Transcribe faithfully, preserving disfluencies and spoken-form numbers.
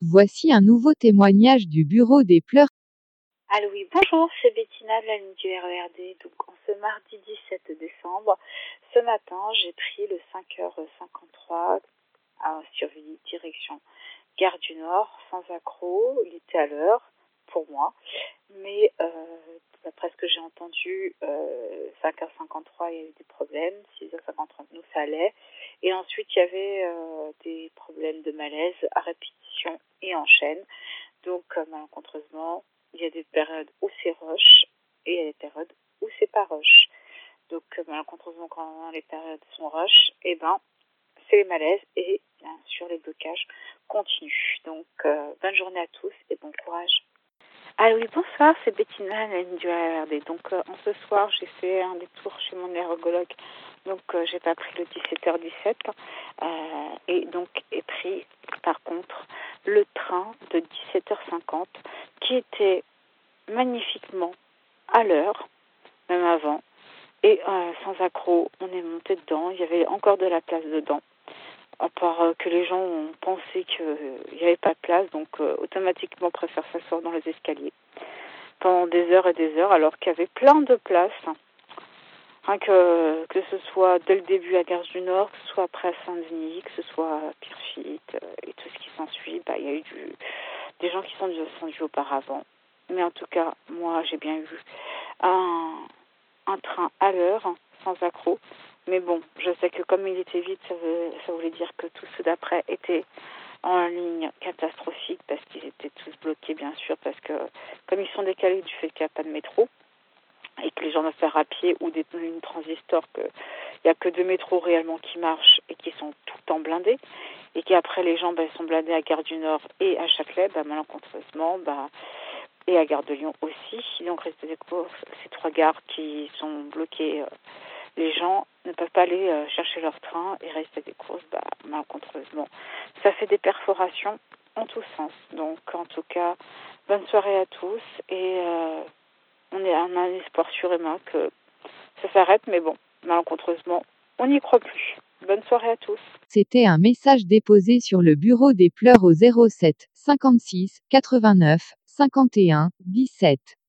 Voici un nouveau témoignage du bureau des pleurs. Allô, oui, bonjour, c'est Bettina de la ligne du R E R D. Donc, en ce mardi dix-sept décembre, ce matin, j'ai pris le cinq heures cinquante-trois à Survilly, direction Gare du Nord, sans accroc. Il était à l'heure pour moi, mais euh, d'après ce que j'ai entendu, euh, cinq heures cinquante-trois, il y a eu des problèmes, six heures cinquante-trois, nous, ça allait. Et ensuite, il y avait euh, des problèmes de malaise à répétition et en chaîne. Donc, euh, malencontreusement, il y a des périodes où c'est rush et il y a des périodes où c'est pas rush. Donc, euh, malencontreusement, quand les périodes sont rush, eh ben, c'est les malaises et bien sûr les blocages continuent. Donc, euh, bonne journée à tous et bon courage. Ah oui, bonsoir, c'est Bettina, la ligne du R R D. Donc, euh, en ce soir, j'ai fait un détour chez mon ergologue. Donc, euh, j'ai pas pris le dix-sept heures dix-sept. Euh, et donc, ai pris, par contre, le train de dix-sept heures cinquante qui était magnifiquement à l'heure, même avant. Et euh, sans accroc, on est monté dedans. Il y avait encore de la place dedans. À part euh, que les gens ont pensé qu'il n'y avait pas de place, donc euh, automatiquement préfèrent s'asseoir dans les escaliers pendant des heures et des heures, alors qu'il y avait plein de places. Hein, que, que ce soit dès le début à Gare du Nord, que ce soit après à Saint-Denis, que ce soit à Pierrefitte euh, et tout ce qui s'ensuit, bah, il y a eu du, des gens qui sont descendus auparavant. Mais en tout cas, moi, j'ai bien eu un, un train à l'heure, sans accroc. Mais bon, je sais que comme il était vide, ça, veut, ça voulait dire que tous ceux d'après étaient en ligne catastrophique parce qu'ils étaient tous bloqués, bien sûr, parce que comme ils sont décalés du fait qu'il n'y a pas de métro et que les gens doivent faire à pied ou des lignes transistor, qu'il n'y a que deux métros réellement qui marchent et qui sont tout le temps blindés, et qu'après les gens ben, sont blindés à Gare du Nord et à Châtelet, ben, malencontreusement, ben, et à Gare de Lyon aussi. Donc, reste des courses, ces trois gares qui sont bloquées. Euh, les gens ne peuvent pas aller euh, chercher leur train et rester des courses, bah, malencontreusement. Ça fait des perforations en tous sens. Donc, en tout cas, bonne soirée à tous et euh, on, est, on a un espoir surhumain que ça s'arrête, mais bon, malencontreusement, on n'y croit plus. Bonne soirée à tous. C'était un message déposé sur le bureau des pleurs au zéro sept cinquante-six quatre-vingt-neuf cinquante et un dix-sept.